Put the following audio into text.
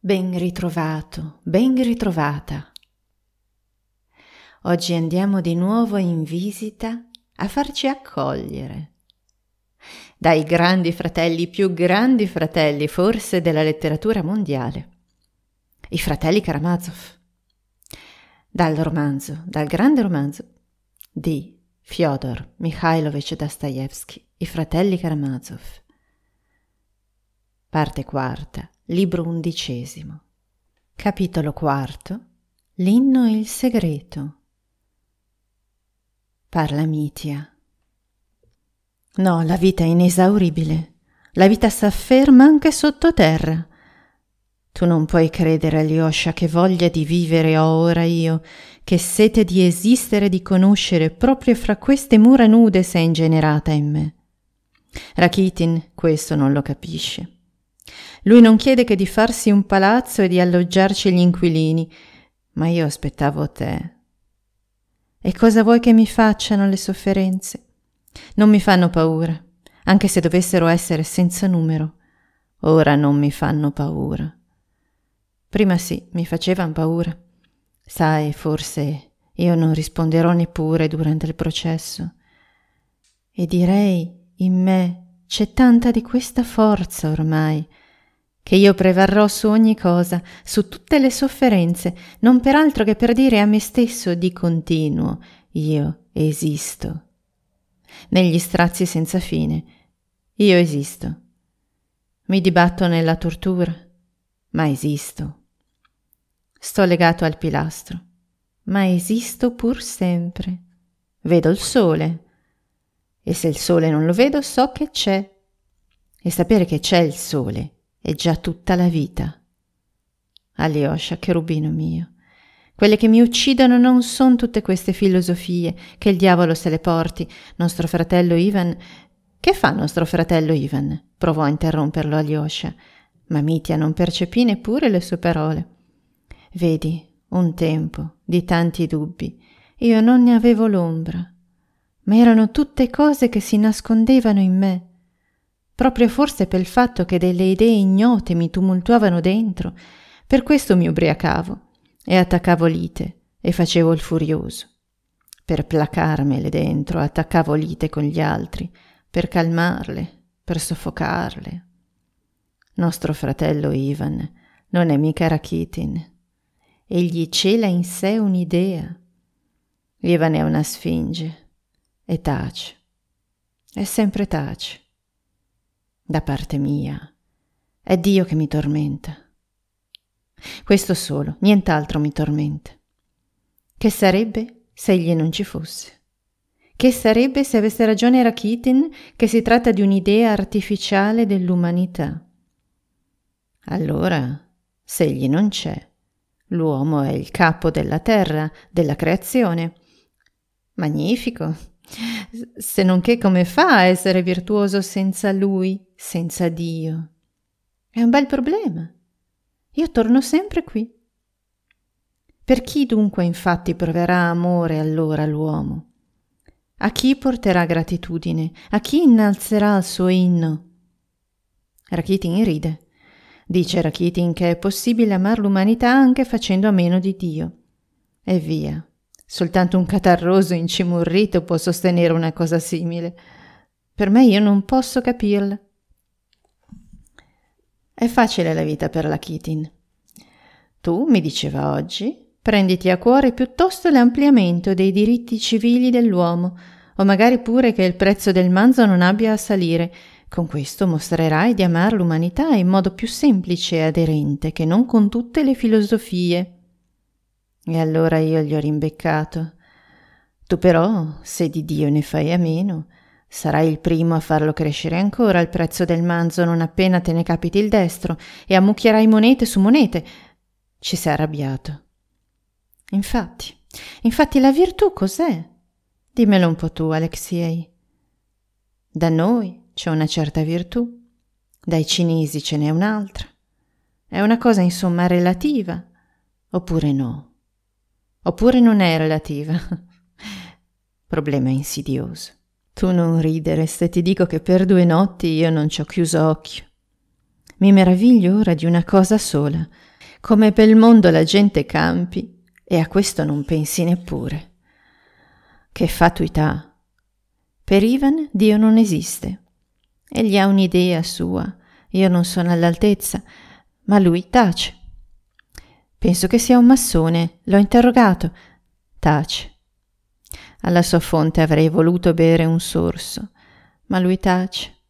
Ben ritrovato, ben ritrovata. Oggi andiamo di nuovo in visita a farci accogliere dai grandi fratelli, più grandi fratelli forse della letteratura mondiale, i fratelli Karamazov, dal grande romanzo di Fyodor Mikhailovich Dostoevskij, I fratelli Karamazov, parte quarta, libro 11, capitolo quarto, l'inno e il segreto. Parla Mitya. No, la vita è inesauribile, la vita s'afferma anche sottoterra. Tu non puoi credere, Alyosha, che voglia di vivere ho ora io, che sete di esistere e di conoscere proprio fra queste mura nude s'è ingenerata in me. Rakitin questo non lo capisce. Lui non chiede che di farsi un palazzo e di alloggiarci gli inquilini, ma io aspettavo te. E cosa vuoi che mi facciano le sofferenze? Non mi fanno paura, anche se dovessero essere senza numero. Ora non mi fanno paura. Prima sì, mi facevano paura. Sai, forse io non risponderò neppure durante il processo. E direi, in me c'è tanta di questa forza ormai, che io prevarrò su ogni cosa, su tutte le sofferenze, non per altro che per dire a me stesso di continuo: io esisto. Negli strazi senza fine, io esisto. Mi dibatto nella tortura, ma esisto. Sto legato al pilastro, ma esisto pur sempre. Vedo il sole, e se il sole non lo vedo so che c'è. E sapere che c'è il sole è già tutta la vita. Alyosha, cherubino mio, quelle che mi uccidono non son tutte queste filosofie, che il diavolo se le porti. Nostro fratello Ivan... Che fa nostro fratello Ivan? Provò a interromperlo Alyosha, ma Mitya non percepì neppure le sue parole. Vedi, un tempo di tanti dubbi, io non ne avevo l'ombra, ma erano tutte cose che si nascondevano in me, proprio forse per il fatto che delle idee ignote mi tumultuavano dentro. Per questo mi ubriacavo e attaccavo lite e facevo il furioso. Per placarmele dentro attaccavo lite con gli altri, per calmarle, per soffocarle. Nostro fratello Ivan non è mica Rakitin. Egli cela in sé un'idea. Ivan è una sfinge e tace. E sempre tace. Da parte mia, è Dio che mi tormenta. Questo solo, nient'altro mi tormenta. Che sarebbe se egli non ci fosse? Che sarebbe se avesse ragione Rakitin che si tratta di un'idea artificiale dell'umanità? Allora, se egli non c'è, l'uomo è il capo della terra, della creazione. Magnifico! Se non che come fa a essere virtuoso senza lui, senza Dio? È un bel problema. Io torno sempre qui. Per chi dunque infatti proverà amore allora l'uomo? A chi porterà gratitudine? A chi innalzerà il suo inno? Rakitin ride. Dice Rakitin che è possibile amare l'umanità anche facendo a meno di Dio. E via. Soltanto un catarroso incimurrito può sostenere una cosa simile. Per me io non posso capirla. È facile la vita per Rakitin. Tu, mi diceva oggi, prenditi a cuore piuttosto l'ampliamento dei diritti civili dell'uomo, o magari pure che il prezzo del manzo non abbia a salire. Con questo mostrerai di amare l'umanità in modo più semplice e aderente che non con tutte le filosofie. E allora io gli ho rimbeccato: tu però, se di Dio ne fai a meno, sarai il primo a farlo crescere ancora il prezzo del manzo non appena te ne capiti il destro, e ammucchierai monete su monete. Ci sei arrabbiato. Infatti la virtù cos'è? Dimmelo un po' tu, Alexei. Da noi c'è una certa virtù, dai cinesi ce n'è un'altra. È una cosa insomma relativa, oppure no? Oppure non è relativa? Problema insidioso. Tu non ridere se ti dico che per 2 notti io non ci ho chiuso occhio. Mi meraviglio ora di una cosa sola, Come pel mondo la gente campi e a questo non pensi neppure. Che fatuità! Per Ivan Dio non esiste. Egli ha un'idea sua, io non sono all'altezza, ma lui tace. Penso che sia un massone, l'ho interrogato. Tace. Alla sua fonte avrei voluto bere un sorso, ma lui tace.